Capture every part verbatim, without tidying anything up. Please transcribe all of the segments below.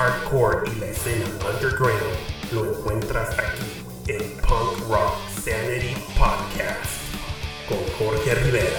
hardcore y la escena underground lo encuentras aquí en Punk Rock Sanity Podcast con Jorge Rivera.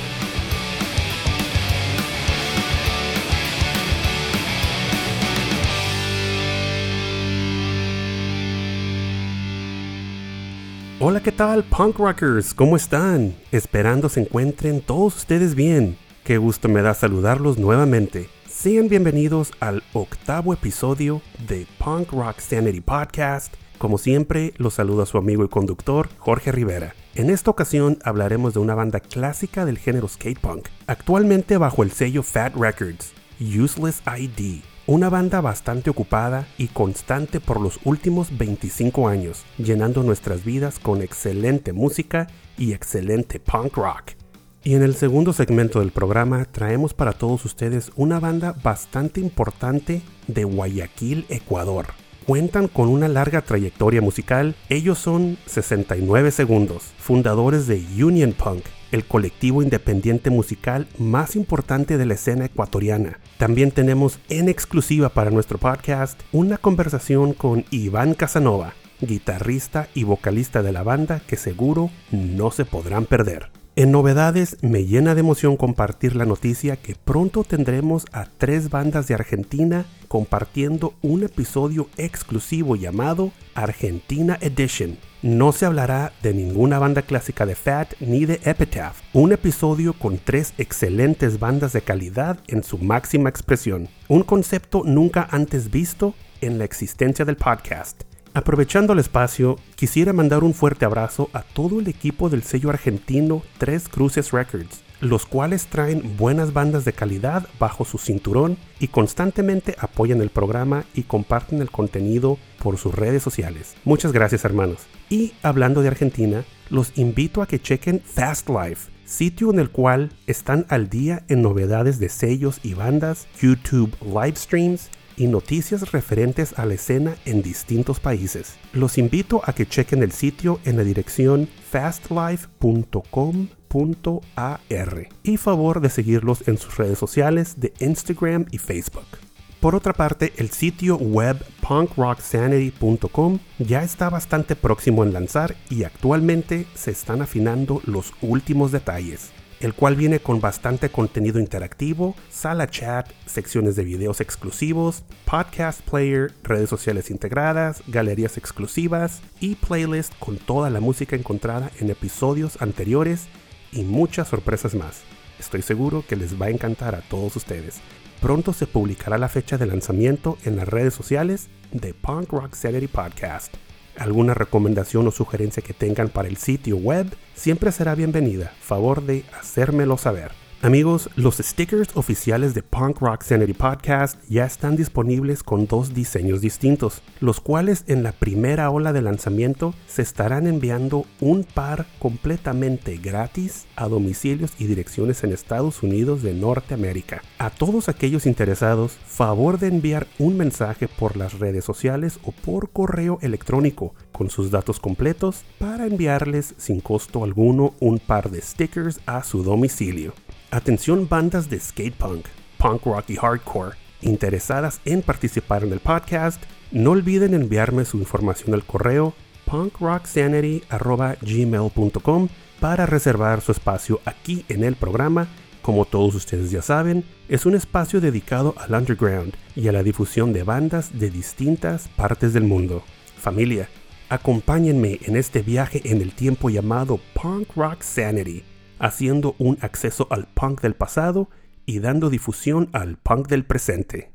Hola, ¿qué tal, Punk Rockers? ¿Cómo están? Esperando se encuentren todos ustedes bien. Qué gusto me da saludarlos nuevamente. Sean bienvenidos al octavo episodio de Punk Rock Sanity Podcast. Como siempre, los saluda su amigo y conductor, Jorge Rivera. En esta ocasión hablaremos de una banda clásica del género skate punk, actualmente bajo el sello Fat Records, Useless I D. Una banda bastante ocupada y constante por los últimos veinticinco años, llenando nuestras vidas con excelente música y excelente punk rock. Y en el segundo segmento del programa traemos para todos ustedes una banda bastante importante de Guayaquil, Ecuador. Cuentan con una larga trayectoria musical. Ellos son sesenta y nueve segundos, fundadores de Union Punk, el colectivo independiente musical más importante de la escena ecuatoriana. También tenemos en exclusiva para nuestro podcast una conversación con Iván Casanova, guitarrista y vocalista de la banda que seguro no se podrán perder. En novedades, me llena de emoción compartir la noticia que pronto tendremos a tres bandas de Argentina compartiendo un episodio exclusivo llamado Argentina Edition. No se hablará de ninguna banda clásica de Fat ni de Epitaph. Un episodio con tres excelentes bandas de calidad en su máxima expresión. Un concepto nunca antes visto en la existencia del podcast. Aprovechando el espacio, quisiera mandar un fuerte abrazo a todo el equipo del sello argentino Tres Cruces Records, los cuales traen buenas bandas de calidad bajo su cinturón y constantemente apoyan el programa y comparten el contenido por sus redes sociales. Muchas gracias, hermanos. Y hablando de Argentina, los invito a que chequen Fast Life, sitio en el cual están al día en novedades de sellos y bandas, YouTube live streams y noticias referentes a la escena en distintos países. Los invito a que chequen el sitio en la dirección fast life punto com punto a r y favor de seguirlos en sus redes sociales de Instagram y Facebook. Por otra parte, el sitio web punk rock sanity punto com ya está bastante próximo en lanzar y actualmente se están afinando los últimos detalles, el cual viene con bastante contenido interactivo, sala chat, secciones de videos exclusivos, podcast player, redes sociales integradas, galerías exclusivas y playlist con toda la música encontrada en episodios anteriores y muchas sorpresas más. Estoy seguro que les va a encantar a todos ustedes. Pronto se publicará la fecha de lanzamiento en las redes sociales de Punk Rock Sanity Podcast. Alguna recomendación o sugerencia que tengan para el sitio web siempre será bienvenida. Favor de hacérmelo saber. Amigos, los stickers oficiales de Punk Rock Sanity Podcast ya están disponibles con dos diseños distintos, los cuales en la primera ola de lanzamiento se estarán enviando un par completamente gratis a domicilios y direcciones en Estados Unidos de Norteamérica. A todos aquellos interesados, favor de enviar un mensaje por las redes sociales o por correo electrónico con sus datos completos para enviarles sin costo alguno un par de stickers a su domicilio. Atención, bandas de skate punk, punk rock y hardcore interesadas en participar en el podcast, no olviden enviarme su información al correo punk rock sanity arroba gmail punto com para reservar su espacio aquí en el programa. Como todos ustedes ya saben, es un espacio dedicado al underground y a la difusión de bandas de distintas partes del mundo. Familia, acompáñenme en este viaje en el tiempo llamado Punk Rock Sanity, haciendo un acceso al punk del pasado y dando difusión al punk del presente.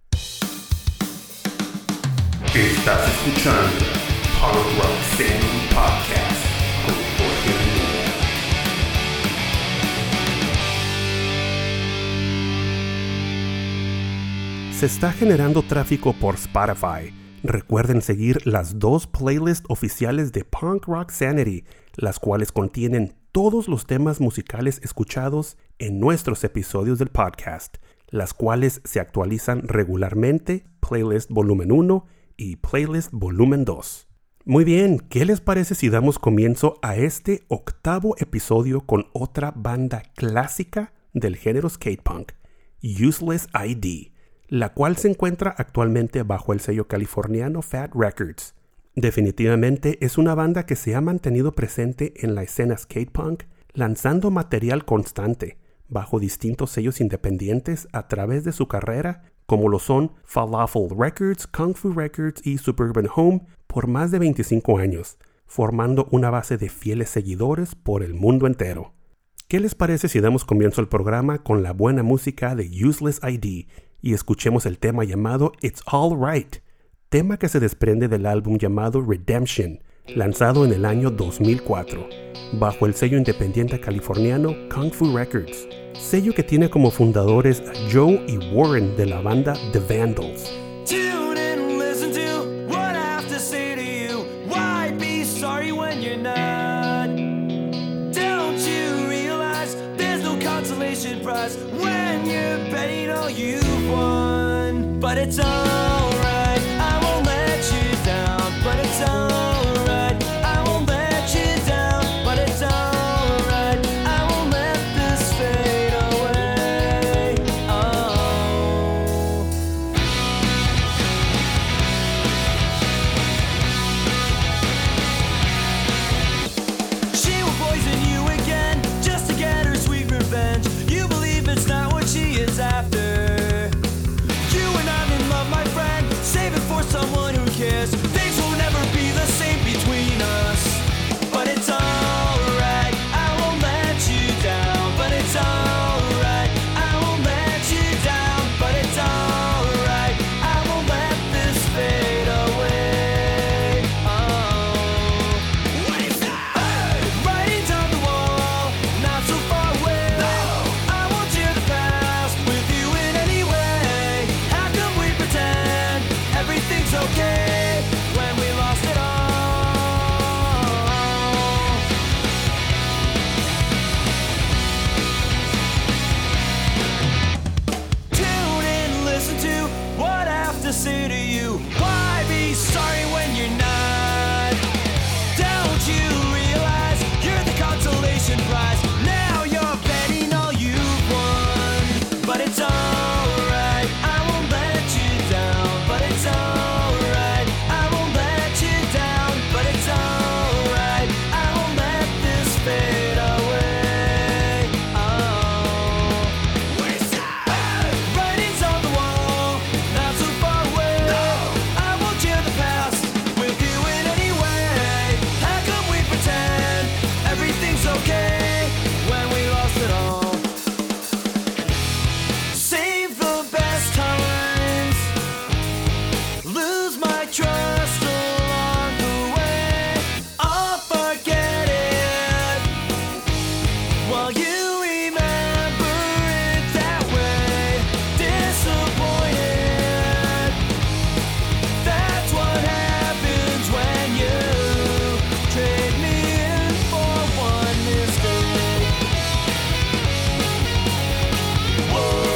Estás escuchando Punk Rock Sanity Podcast con Jorge Rivera. Se está generando tráfico por Spotify. Recuerden seguir las dos playlists oficiales de Punk Rock Sanity, las cuales contienen todos los temas musicales escuchados en nuestros episodios del podcast, las cuales se actualizan regularmente, Playlist Volumen uno y Playlist Volumen dos. Muy bien, ¿qué les parece si damos comienzo a este octavo episodio con otra banda clásica del género skate punk, Useless I D? la cual se encuentra actualmente bajo el sello californiano Fat Records. Definitivamente es una banda que se ha mantenido presente en la escena skatepunk, lanzando material constante, bajo distintos sellos independientes a través de su carrera, como lo son Falafel Records, Kung Fu Records y Suburban Home, por más de veinticinco años, formando una base de fieles seguidores por el mundo entero. ¿Qué les parece si damos comienzo al programa con la buena música de Useless I D y escuchemos el tema llamado It's All Right, tema que se desprende del álbum llamado Redemption, lanzado en el año dos mil cuatro, bajo el sello independiente californiano Kung Fu Records, sello que tiene como fundadores a Joe y Warren de la banda The Vandals. Tune in and listen to what I have to say to you. Why be sorry when you're not? Don't you realize there's no consolation prize when you're betting all you've won? But it's alright, I won't let you down. But it's alright, I won't let you down. But it's alright, I won't let this fade away. Oh. She will poison you again just to get her sweet revenge. You believe it's not what she is after. You and I'm in love, my friend. Save it for someone who cares. Things will never be the same between us. But it's alright, I won't let you down. But it's alright, I won't let you down. But it's alright, I won't let this fade away. Oh. What is that? Hey! Writings on the wall, not so far away. No! I won't share the past with you in any way. How come we pretend everything's okay when we lost it all? Tune in, listen to what I have to say to you. Why be sorry when you're not? Don't you realize you're the consolation prize? Now you're betting all you've won. But it's alright, I won't let you down. But it's alright, I won't let you down. But it's alright, I won't let this fade away. Oh. What is that? Hey! Writings on the wall, not so far away. No! I won't share the past with you in any way. How come we pretend everything's okay when we lost it all? Save the best times, lose my trust along the way. I'll forget it while you remember it that way. Disappointed, that's what happens when you trade me in for one mistake. Whoa,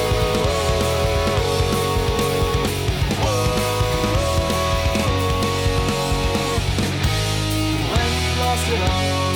whoa, when we lost it all.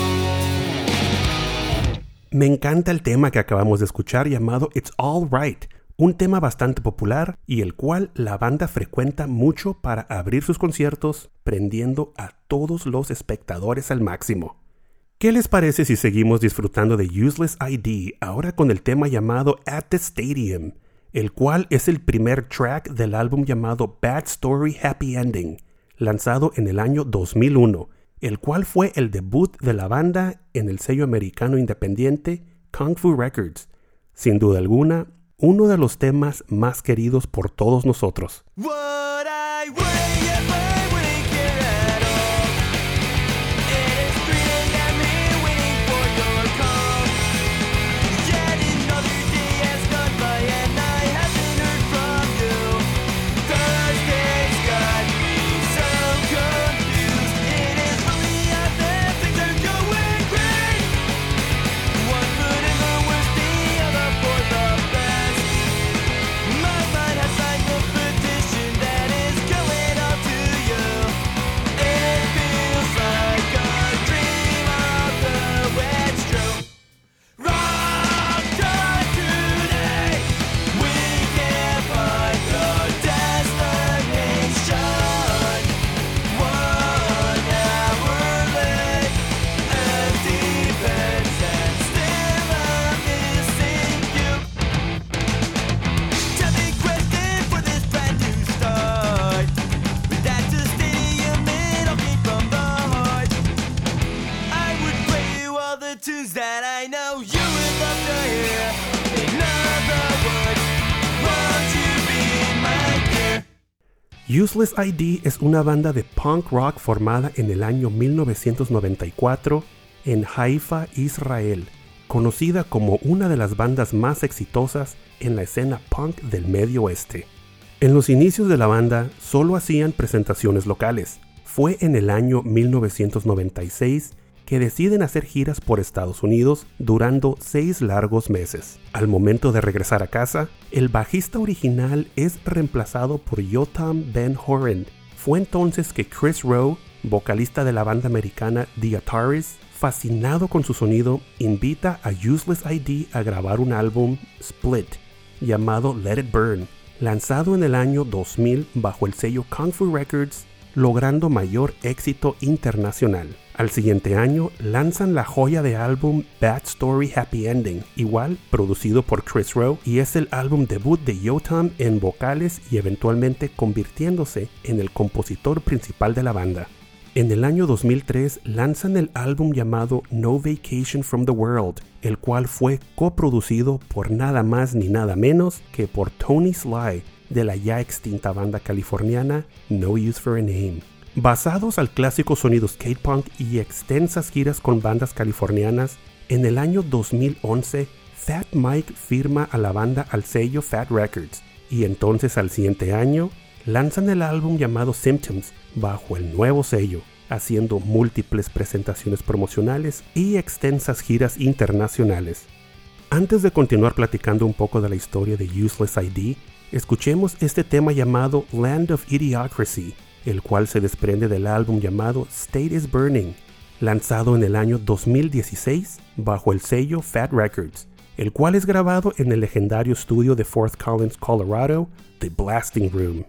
Me encanta el tema que acabamos de escuchar llamado It's All Right, un tema bastante popular y el cual la banda frecuenta mucho para abrir sus conciertos, prendiendo a todos los espectadores al máximo. ¿Qué les parece si seguimos disfrutando de Useless I D ahora con el tema llamado At the Stadium, el cual es el primer track del álbum llamado Bad Story Happy Ending, lanzado en el año dos mil uno, el cual fue el debut de la banda en el sello americano independiente Kung Fu Records. Sin duda alguna, uno de los temas más queridos por todos nosotros. Would I worry if I wouldn't care at all? It is screaming at me, waiting for your call. Yet another day has gone by and I haven't heard from you. Thursday's got me so confused. It is only out there things are going great. One foot in the worst, the other for the best. My mind has signed the petition that Useless I D es una banda de punk rock formada en el año mil novecientos noventa y cuatro en Haifa, Israel, conocida como una de las bandas más exitosas en la escena punk del Medio Oeste. En los inicios de la banda solo hacían presentaciones locales. Fue en el año mil novecientos noventa y seis que deciden hacer giras por Estados Unidos durando seis largos meses. Al momento de regresar a casa, el bajista original es reemplazado por Yotam Ben-Horen. Fue entonces que Chris Rowe, vocalista de la banda americana The Ataris, fascinado con su sonido, invita a Useless I D a grabar un álbum, Split, llamado Let It Burn, lanzado en el año dos mil bajo el sello Kung Fu Records, logrando mayor éxito internacional. Al siguiente año lanzan la joya de álbum Bad Story Happy Ending, igual producido por Chris Rowe, y es el álbum debut de Yotam en vocales y eventualmente convirtiéndose en el compositor principal de la banda. En el año dos mil tres lanzan el álbum llamado No Vacation from the World, el cual fue coproducido por nada más ni nada menos que por Tony Sly de la ya extinta banda californiana No Use for a Name. Basados al clásico sonido skate punk y extensas giras con bandas californianas, en el año dos mil once Fat Mike firma a la banda al sello Fat Records y entonces al siguiente año lanzan el álbum llamado Symptoms bajo el nuevo sello, haciendo múltiples presentaciones promocionales y extensas giras internacionales. Antes de continuar platicando un poco de la historia de Useless I D, escuchemos este tema llamado Land of Idiocracy, el cual se desprende del álbum llamado State is Burning, lanzado en el año dos mil dieciséis bajo el sello Fat Records, el cual es grabado en el legendario estudio de Fort Collins, Colorado, The Blasting Room.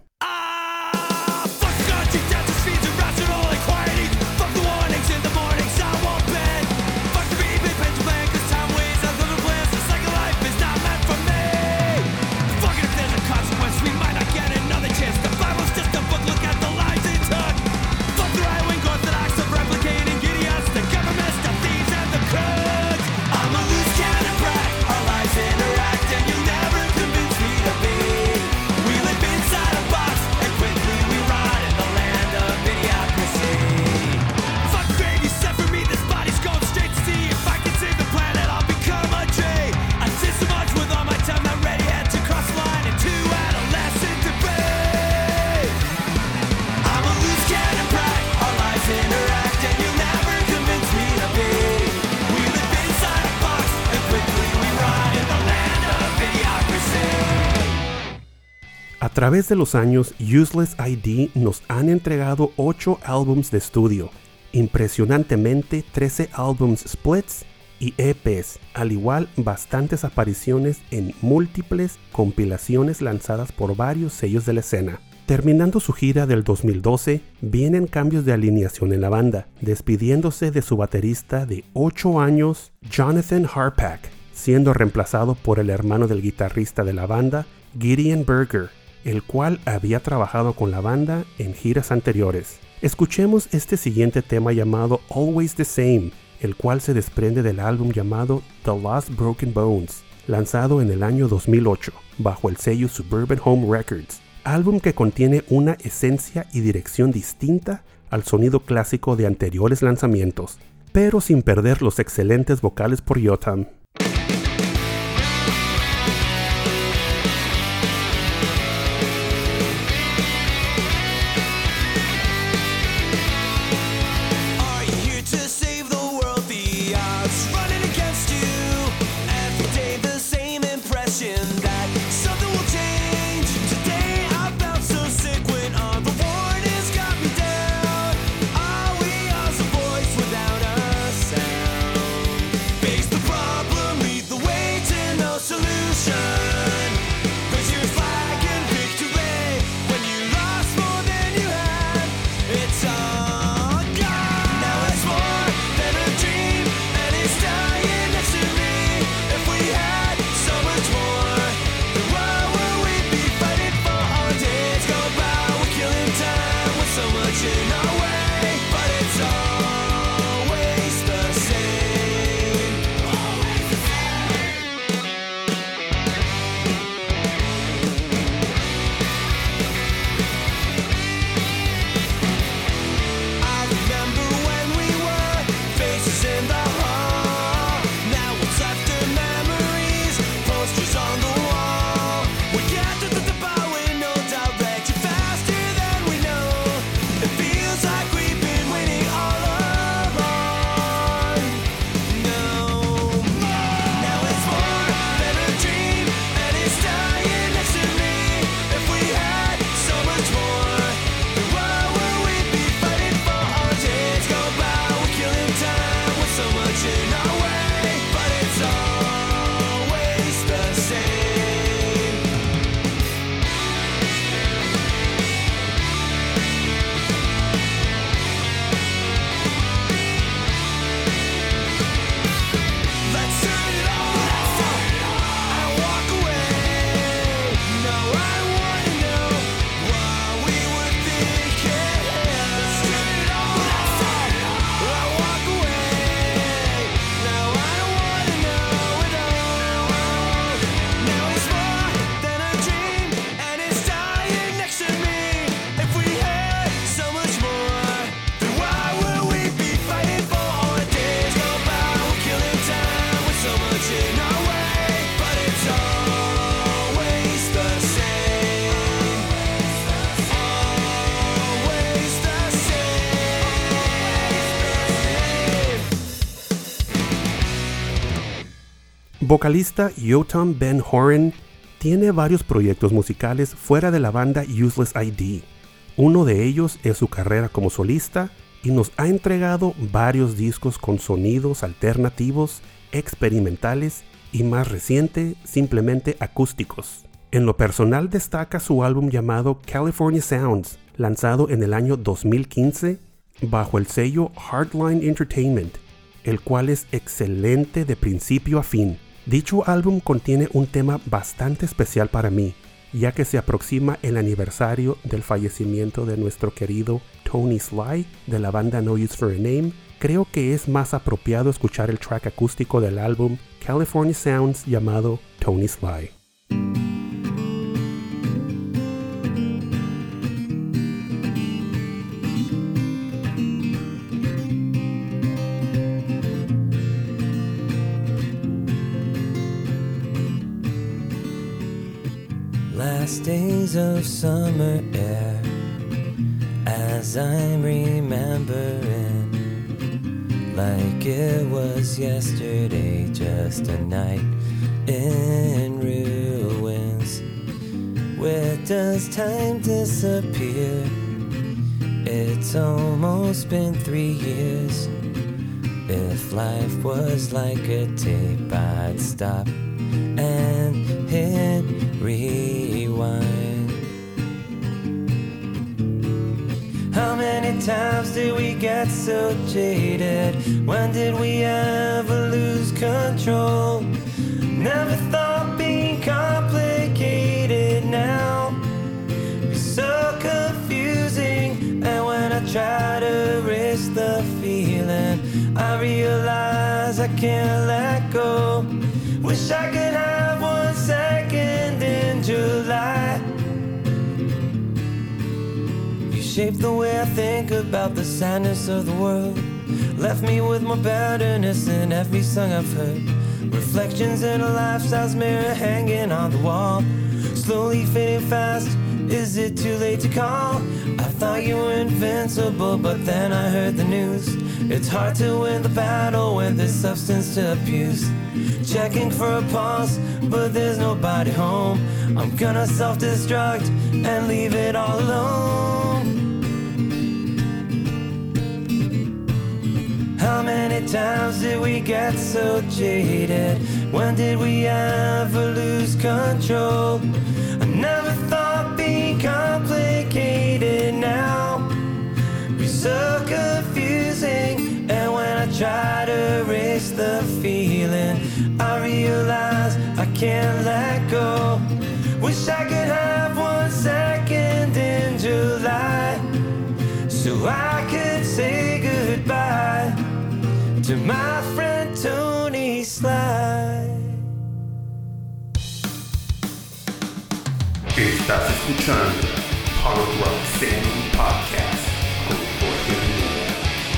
A través de los años, Useless I D nos han entregado ocho álbums de estudio, impresionantemente trece álbums splits y E Pes, al igual bastantes apariciones en múltiples compilaciones lanzadas por varios sellos de la escena. Terminando su gira del dos mil doce, vienen cambios de alineación en la banda, despidiéndose de su baterista de ocho años, Jonathan Harpack, siendo reemplazado por el hermano del guitarrista de la banda, Gideon Berger, el cual había trabajado con la banda en giras anteriores. Escuchemos este siguiente tema llamado Always the Same, el cual se desprende del álbum llamado The Lost Broken Bones, lanzado en el año dos mil ocho, bajo el sello Suburban Home Records, álbum que contiene una esencia y dirección distinta al sonido clásico de anteriores lanzamientos, pero sin perder los excelentes vocales por Yotam. Face the problem. Vocalista Yotam Ben Horan tiene varios proyectos musicales fuera de la banda Useless I D. Uno de ellos es su carrera como solista y nos ha entregado varios discos con sonidos alternativos, experimentales y más reciente, simplemente acústicos. En lo personal destaca su álbum llamado California Sounds, lanzado en el año dos mil quince bajo el sello Hardline Entertainment, el cual es excelente de principio a fin. Dicho álbum contiene un tema bastante especial para mí, ya que se aproxima el aniversario del fallecimiento de nuestro querido Tony Sly de la banda No Use for a Name. Creo que es más apropiado escuchar el track acústico del álbum California Sounds llamado Tony Sly. Last days of summer air, as I'm remembering, like it was yesterday, just a night in ruins. Where does time disappear? It's almost been three years. If life was like a tape, I'd stop and hit rewind. How many times did we get so jaded? When did we ever lose control? Never thought being complicated now be so confusing. And when I try to erase the feeling, I realize I can't let go. Wish I could have one second in July. You shaped the way I think about the sadness of the world. Left me with more bitterness in every song I've heard. Reflections in a life-size mirror hanging on the wall. Slowly fading fast, is it too late to call? I thought you were invincible, but then I heard the news. It's hard to win the battle when there's substance to abuse. Checking for a pulse, but there's nobody home. I'm gonna self-destruct and leave it all alone. How many times did we get so jaded? When did we ever lose control? I never thought being complicated now be so confusing. And when I try to erase the feeling, I realize I can't let go. Wish I could have one second in July, so I could say goodbye to my friend Tony Sly. Estás escuchando Punk Rock Sanity Podcast con Jorge Rivera.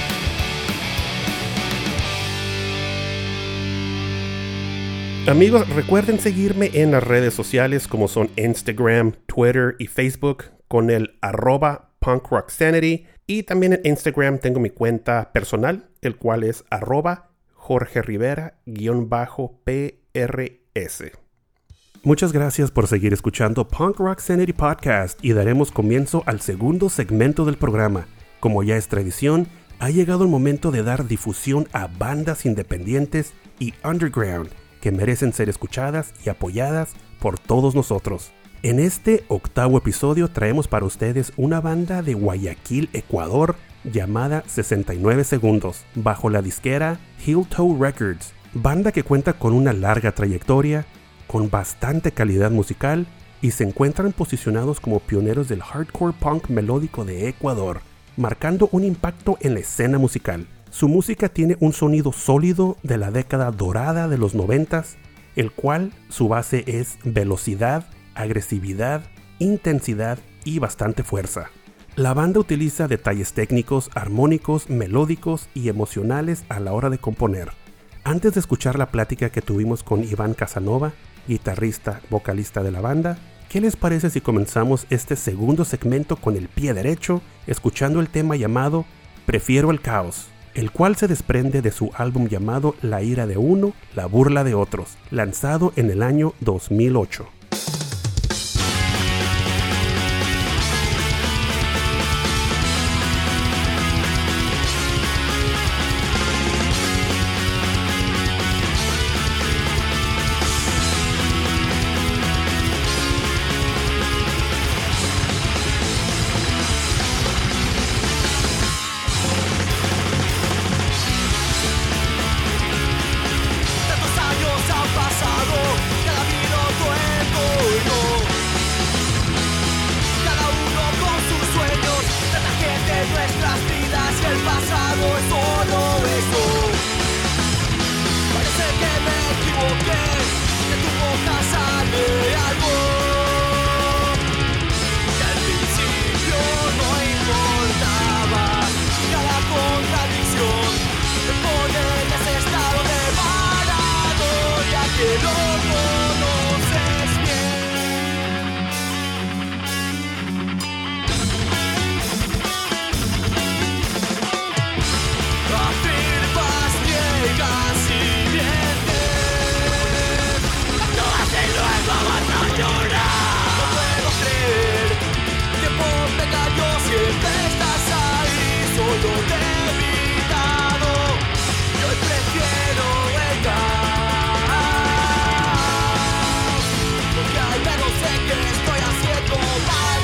Amigos, recuerden seguirme en las redes sociales como son Instagram, Twitter y Facebook con el arroba Punk Rock Sanity. Y también en Instagram tengo mi cuenta personal, el cual es arroba Jorge Rivera P R S. Muchas gracias por seguir escuchando Punk Rock Sanity Podcast y daremos comienzo al segundo segmento del programa. Como ya es tradición, ha llegado el momento de dar difusión a bandas independientes y underground que merecen ser escuchadas y apoyadas por todos nosotros. En este octavo episodio traemos para ustedes una banda de Guayaquil, Ecuador, llamada sesenta y nueve segundos, bajo la disquera Heel Toe Records, banda que cuenta con una larga trayectoria, con bastante calidad musical y se encuentran posicionados como pioneros del hardcore punk melódico de Ecuador, marcando un impacto en la escena musical. Su música tiene un sonido sólido de la década dorada de los noventas, el cual su base es velocidad, agresividad, intensidad y bastante fuerza. La banda utiliza detalles técnicos, armónicos, melódicos y emocionales a la hora de componer. Antes de escuchar la plática que tuvimos con Iván Casanova, guitarrista, vocalista de la banda, ¿qué les parece si comenzamos este segundo segmento con el pie derecho, escuchando el tema llamado Prefiero el Caos? el cual se desprende de su álbum llamado La ira de uno, la burla de otros, lanzado en el año dos mil ocho. Tantos años han pasado, cada minuto en turno. Cada uno con sus sueños, tanta gente en nuestras vidas y el pasado es solo eso. Parece que me equivoqué, de tu boca sale algo que al principio no importaba. Cada contradicción me pone en ese estado de paranoia que no conoces bien. Afirmas, niegas y mientes. Actúas y luego vas a llorar. No puedo creer que por pequeño siempre estás ahí, solo te he evitado. Y hoy prefiero el caos, porque al menos sé que estoy haciendo mal.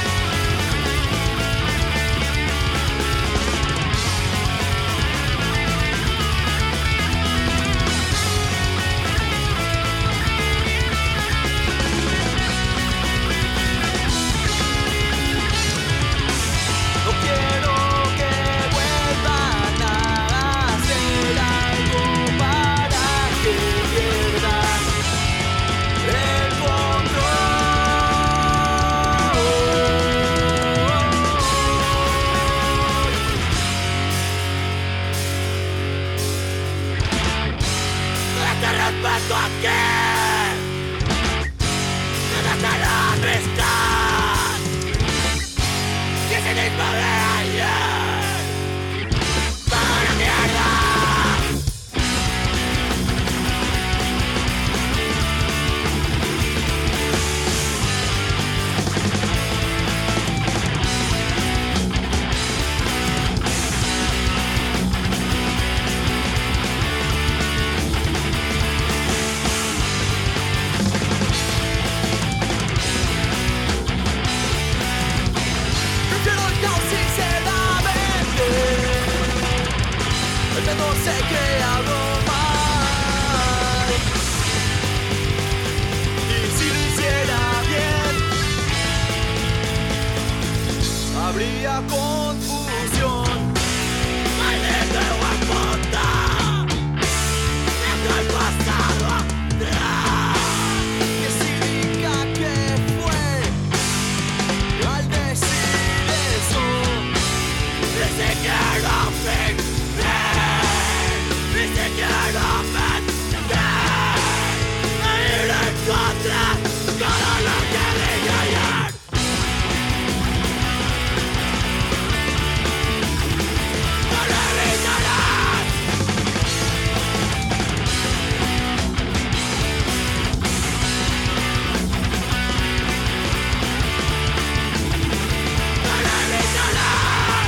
No quiero que vuelvan a hacer algo para que pierdas el control. No te respeto aquí, no te lo arriscas. Y ese mismo de ayer, para la mierda. Prefiero el caos sinceramente. Al menos sé que hablo mal. Y si lo hiciera bien, habría confusión. Maldito hueputa, deja el pasado atrás. Que significa que fue al decir eso. Dice que no pensé, dice que no pensé. Ir en contra todo lo que dije ayer. No lo evitarás. No lo evitarás.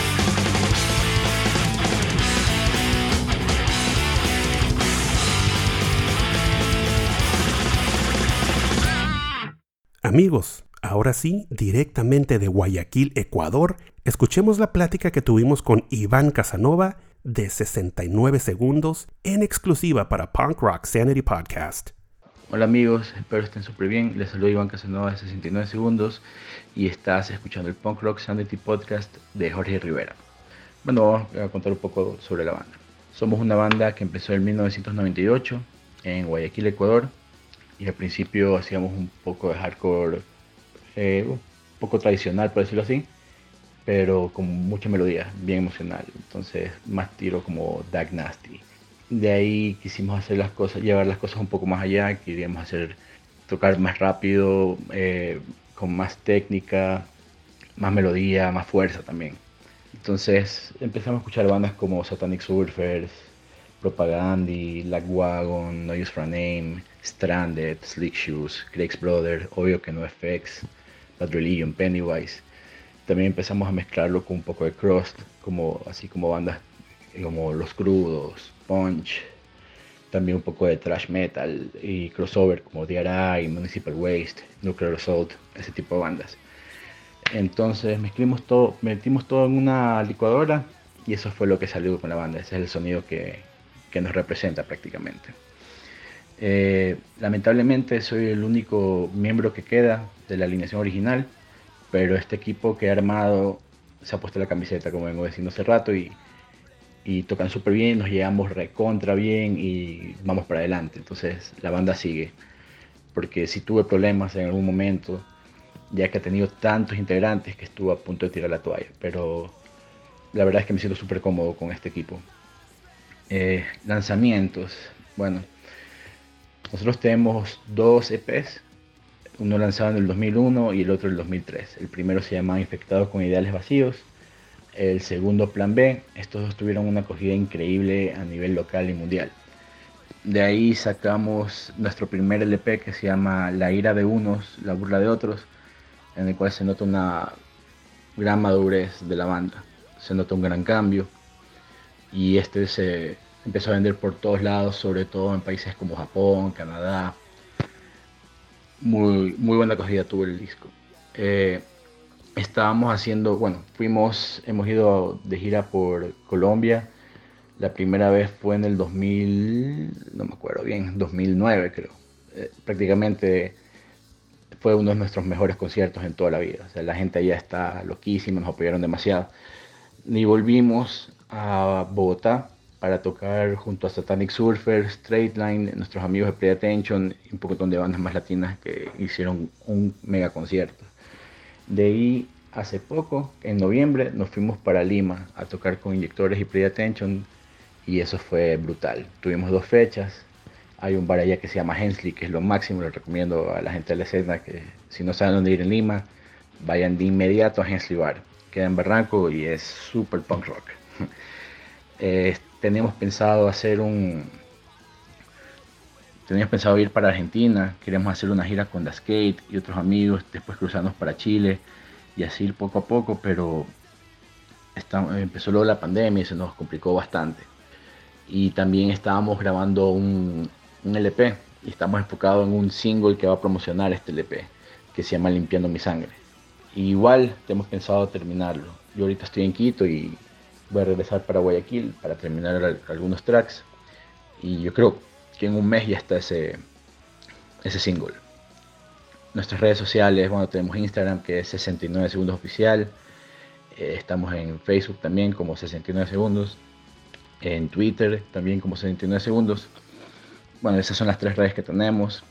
Amigos, ahora sí, directamente de Guayaquil, Ecuador, escuchemos la plática que tuvimos con Iván Casanova de sesenta y nueve segundos en exclusiva para Punk Rock Sanity Podcast. Hola amigos, espero estén súper bien. Les saludo Iván Casanova de sesenta y nueve segundos y estás escuchando el Punk Rock Sanity Podcast de Jorge Rivera. Bueno, vamos a contar un poco sobre la banda. Somos una banda que empezó en mil novecientos noventa y ocho en Guayaquil, Ecuador, y al principio hacíamos un poco de hardcore, eh, un poco tradicional por decirlo así, pero con mucha melodía, bien emocional. Entonces más tiro como Dag Nasty. De ahí quisimos hacer las cosas, llevar las cosas un poco más allá. Queríamos hacer, tocar más rápido, eh, con más técnica, más melodía, más fuerza también. Entonces empezamos a escuchar bandas como Satanic Surfers, Propagandhi, Lagwagon, No Use for a Name, Stranded, Slick Shoes, Craig's Brother, obvio que NoFX, Bad Religion, Pennywise. También empezamos a mezclarlo con un poco de crust, como, así como bandas como Los Crudos, Punch, también un poco de thrash metal y crossover como D R I, Municipal Waste, Nuclear Assault, ese tipo de bandas. Entonces mezclimos todo, metimos todo en una licuadora y eso fue lo que salió con la banda. Ese es el sonido que, que nos representa prácticamente. Eh, lamentablemente soy el único miembro que queda de la alineación original, pero este equipo que he armado se ha puesto la camiseta, como vengo diciendo hace rato, y, y tocan súper bien, nos llevamos recontra bien y vamos para adelante. Entonces la banda sigue, porque si tuve problemas en algún momento, ya que ha tenido tantos integrantes que estuve a punto de tirar la toalla, pero la verdad es que me siento súper cómodo con este equipo. Eh, lanzamientos, bueno, nosotros tenemos dos E Pes, uno lanzado en el dos mil uno y el otro en el dos mil tres. El primero se llama Infectados con Ideales Vacíos, el segundo Plan B. Estos dos tuvieron una acogida increíble a nivel local y mundial. De ahí sacamos nuestro primer L P que se llama La ira de unos, la burla de otros, en el cual se nota una gran madurez de la banda, se nota un gran cambio, y este se empezó a vender por todos lados, sobre todo en países como Japón, Canadá. Muy, muy buena acogida tuvo el disco. Eh, estábamos haciendo, bueno, fuimos, hemos ido de gira por Colombia. La primera vez fue en el dos mil, no me acuerdo bien, dos mil nueve creo. Eh, prácticamente fue uno de nuestros mejores conciertos en toda la vida. O sea, la gente allá está loquísima, nos apoyaron demasiado. Y volvimos a Bogotá para tocar junto a Satanic Surfer, Straight Line, nuestros amigos de Play Attention y un poco de bandas más latinas que hicieron un mega concierto. De ahí, hace poco, en noviembre, nos fuimos para Lima a tocar con Inyectores y Play Attention, y eso fue brutal. Tuvimos dos fechas. Hay un bar allá que se llama Hensley, que es lo máximo. Les recomiendo a la gente de la escena que si no saben dónde ir en Lima, vayan de inmediato a Hensley Bar. Queda en Barranco y es super punk rock. eh, teníamos pensado hacer un... Teníamos pensado ir para Argentina. Queríamos hacer una gira con The Skate y otros amigos. Después cruzarnos para Chile y así ir poco a poco, pero está, empezó luego la pandemia y se nos complicó bastante. Y también estábamos grabando un, un L P y estamos enfocados en un single que va a promocionar este L P, que se llama Limpiando mi Sangre. Y igual tenemos pensado terminarlo. Yo ahorita estoy en Quito y voy a regresar para Guayaquil para terminar algunos tracks, y yo creo que en un mes ya está ese, ese single. Nuestras redes sociales, bueno, tenemos Instagram, que es sesenta y nueve segundos oficial. Eh, estamos en Facebook también como sesenta y nueve segundos. En Twitter también como sesenta y nueve segundos. Bueno, esas son las tres redes que tenemos.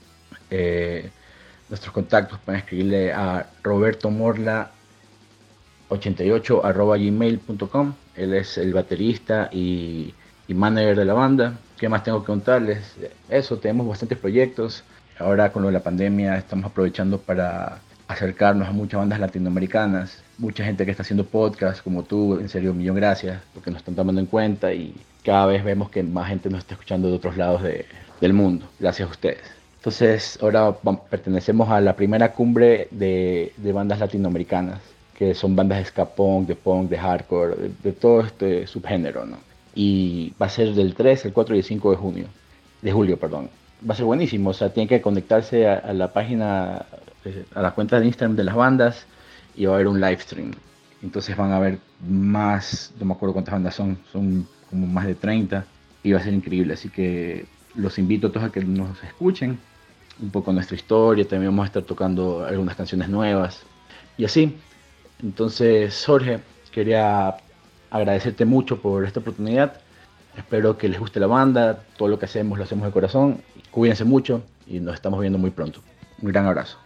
Eh, nuestros contactos pueden escribirle a roberto morla ochenta y ocho arroba gmail punto com. Él es el baterista y, y manager de la banda. ¿Qué más tengo que contarles? Eso, tenemos bastantes proyectos. Ahora con lo de la pandemia estamos aprovechando para acercarnos a muchas bandas latinoamericanas, mucha gente que está haciendo podcasts como tú. En serio, un millón gracias porque nos están tomando en cuenta y cada vez vemos que más gente nos está escuchando de otros lados de, del mundo, gracias a ustedes. Entonces ahora pertenecemos a la primera cumbre de, de bandas latinoamericanas, que son bandas de ska punk, de punk, de hardcore, de, de todo este subgénero, ¿no? Y va a ser del tres, el cuatro y el cinco de junio, de julio, perdón. Va a ser buenísimo, o sea, tienen que conectarse a, a la página, a la cuenta de Instagram de las bandas, y va a haber un live stream. Entonces van a haber más, no me acuerdo cuántas bandas son, son como más de treinta, y va a ser increíble. Así que los invito a todos a que nos escuchen un poco nuestra historia. También vamos a estar tocando algunas canciones nuevas y así. Entonces, Jorge, quería agradecerte mucho por esta oportunidad. Espero que les guste la banda, todo lo que hacemos lo hacemos de corazón. Cuídense mucho y nos estamos viendo muy pronto. Un gran abrazo.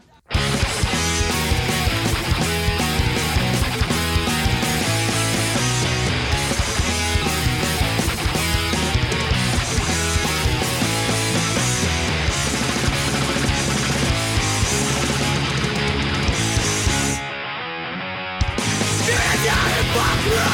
Punk rock!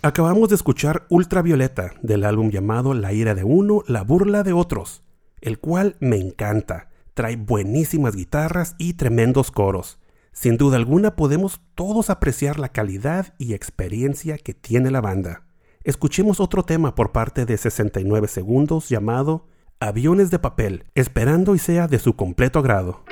Acabamos de escuchar Ultravioleta del álbum llamado La ira de uno, la burla de otros, el cual me encanta. Trae buenísimas guitarras y tremendos coros. Sin duda alguna podemos todos apreciar la calidad y experiencia que tiene la banda. Escuchemos otro tema por parte de sesenta y nueve segundos llamado Aviones de Papel, esperando y sea de su completo agrado.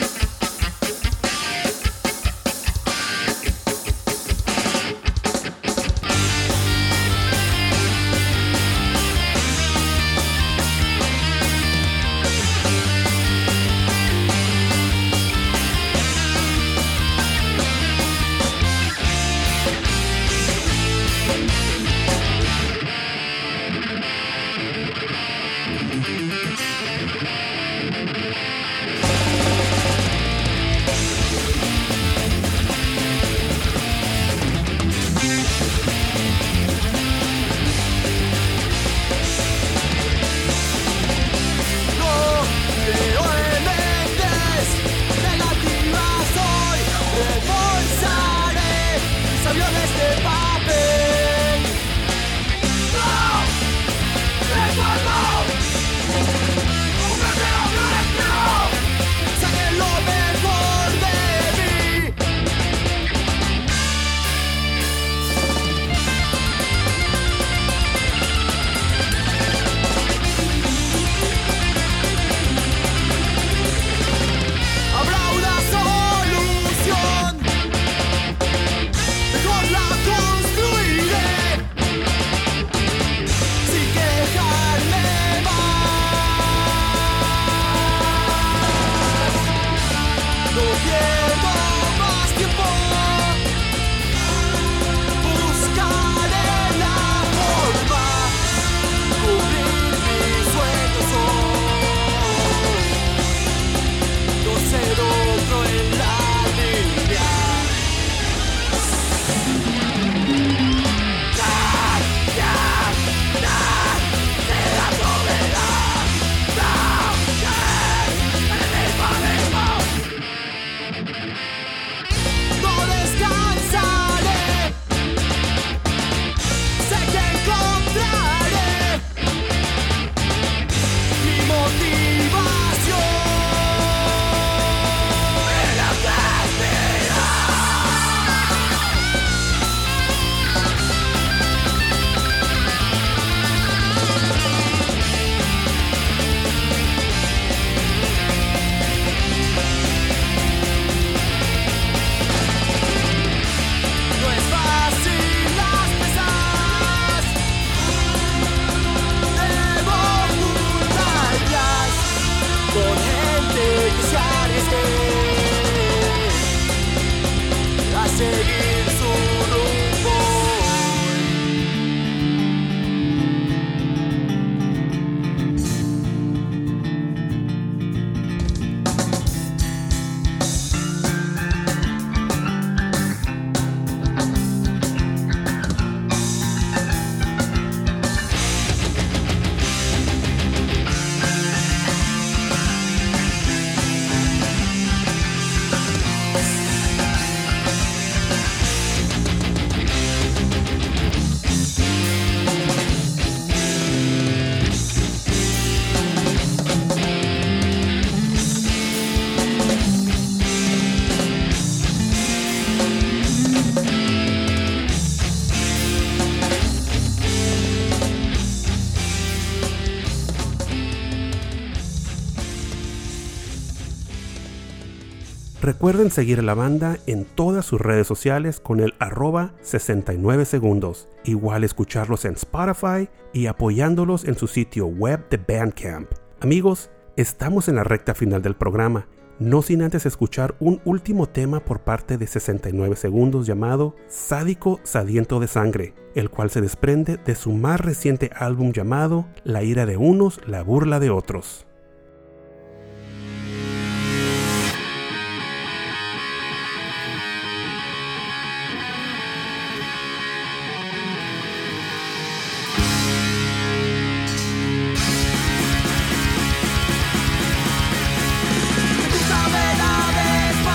Recuerden seguir a la banda en todas sus redes sociales con el arroba sesenta y nueve segundos. Igual escucharlos en Spotify y apoyándolos en su sitio web de Bandcamp. Amigos, estamos en la recta final del programa, no sin antes escuchar un último tema por parte de sesenta y nueve segundos llamado Sádico Sadiento de Sangre, el cual se desprende de su más reciente álbum llamado La ira de unos, la burla de otros.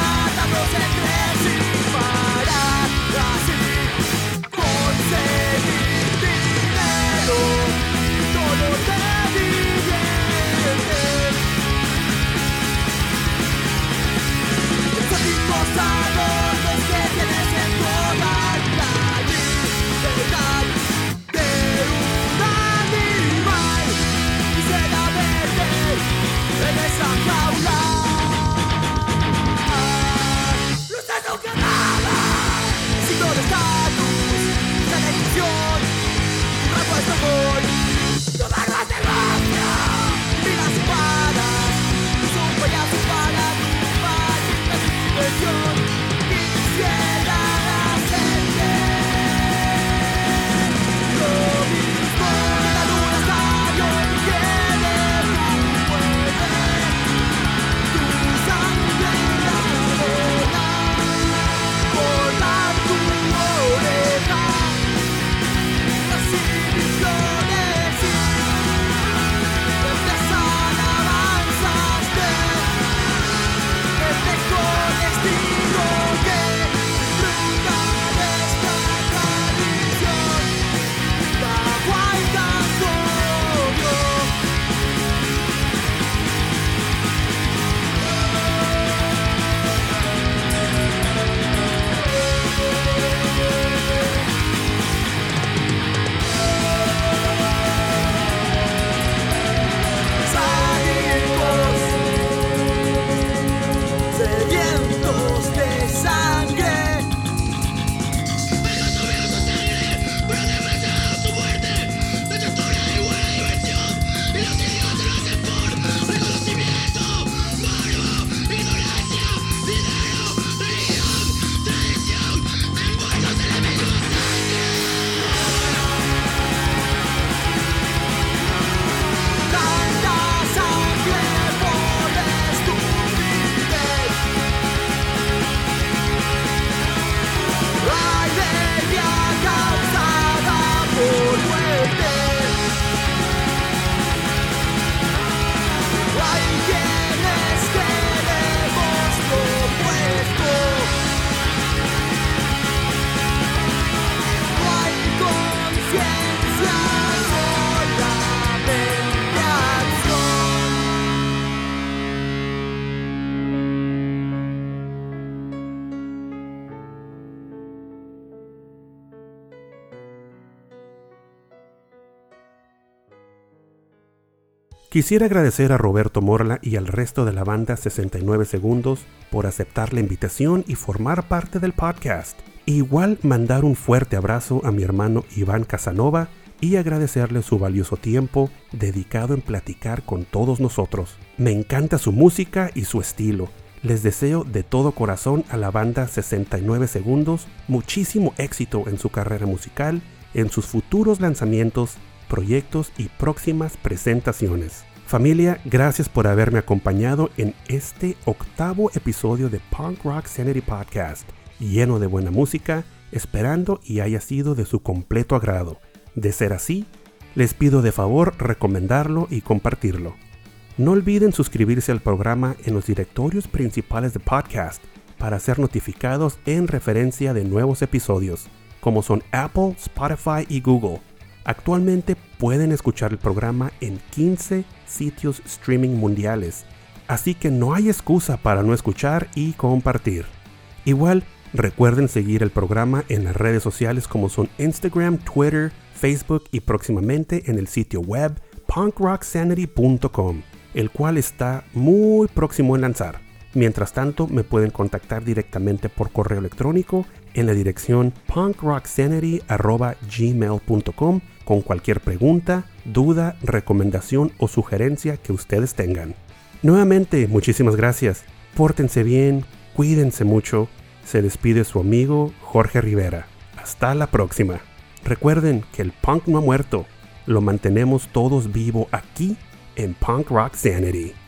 Conseguir Quisiera agradecer a Roberto Morla y al resto de la banda sesenta y nueve segundos por aceptar la invitación y formar parte del podcast. Igual mandar un fuerte abrazo a mi hermano Iván Casanova y agradecerle su valioso tiempo dedicado en platicar con todos nosotros. Me encanta su música y su estilo. Les deseo de todo corazón a la banda sesenta y nueve segundos muchísimo éxito en su carrera musical, en sus futuros lanzamientos, proyectos y próximas presentaciones. Familia, gracias por haberme acompañado en este octavo episodio de Punk Rock Sanity Podcast, lleno de buena música, esperando y haya sido de su completo agrado. De ser así, les pido de favor recomendarlo y compartirlo. No olviden suscribirse al programa en los directorios principales de podcast para ser notificados en referencia de nuevos episodios, como son Apple, Spotify y Google. Actualmente pueden escuchar el programa en quince sitios streaming mundiales, así que no hay excusa para no escuchar y compartir. Igual, recuerden seguir el programa en las redes sociales como son Instagram, Twitter, Facebook y próximamente en el sitio web punk rock sanity punto com, el cual está muy próximo en lanzar. Mientras tanto, me pueden contactar directamente por correo electrónico en la dirección punk rock sanity arroba gmail punto com con cualquier pregunta, duda, recomendación o sugerencia que ustedes tengan. Nuevamente, muchísimas gracias. Pórtense bien, cuídense mucho. Se despide su amigo Jorge Rivera. Hasta la próxima. Recuerden que el punk no ha muerto. Lo mantenemos todos vivo aquí en Punk Rock Sanity.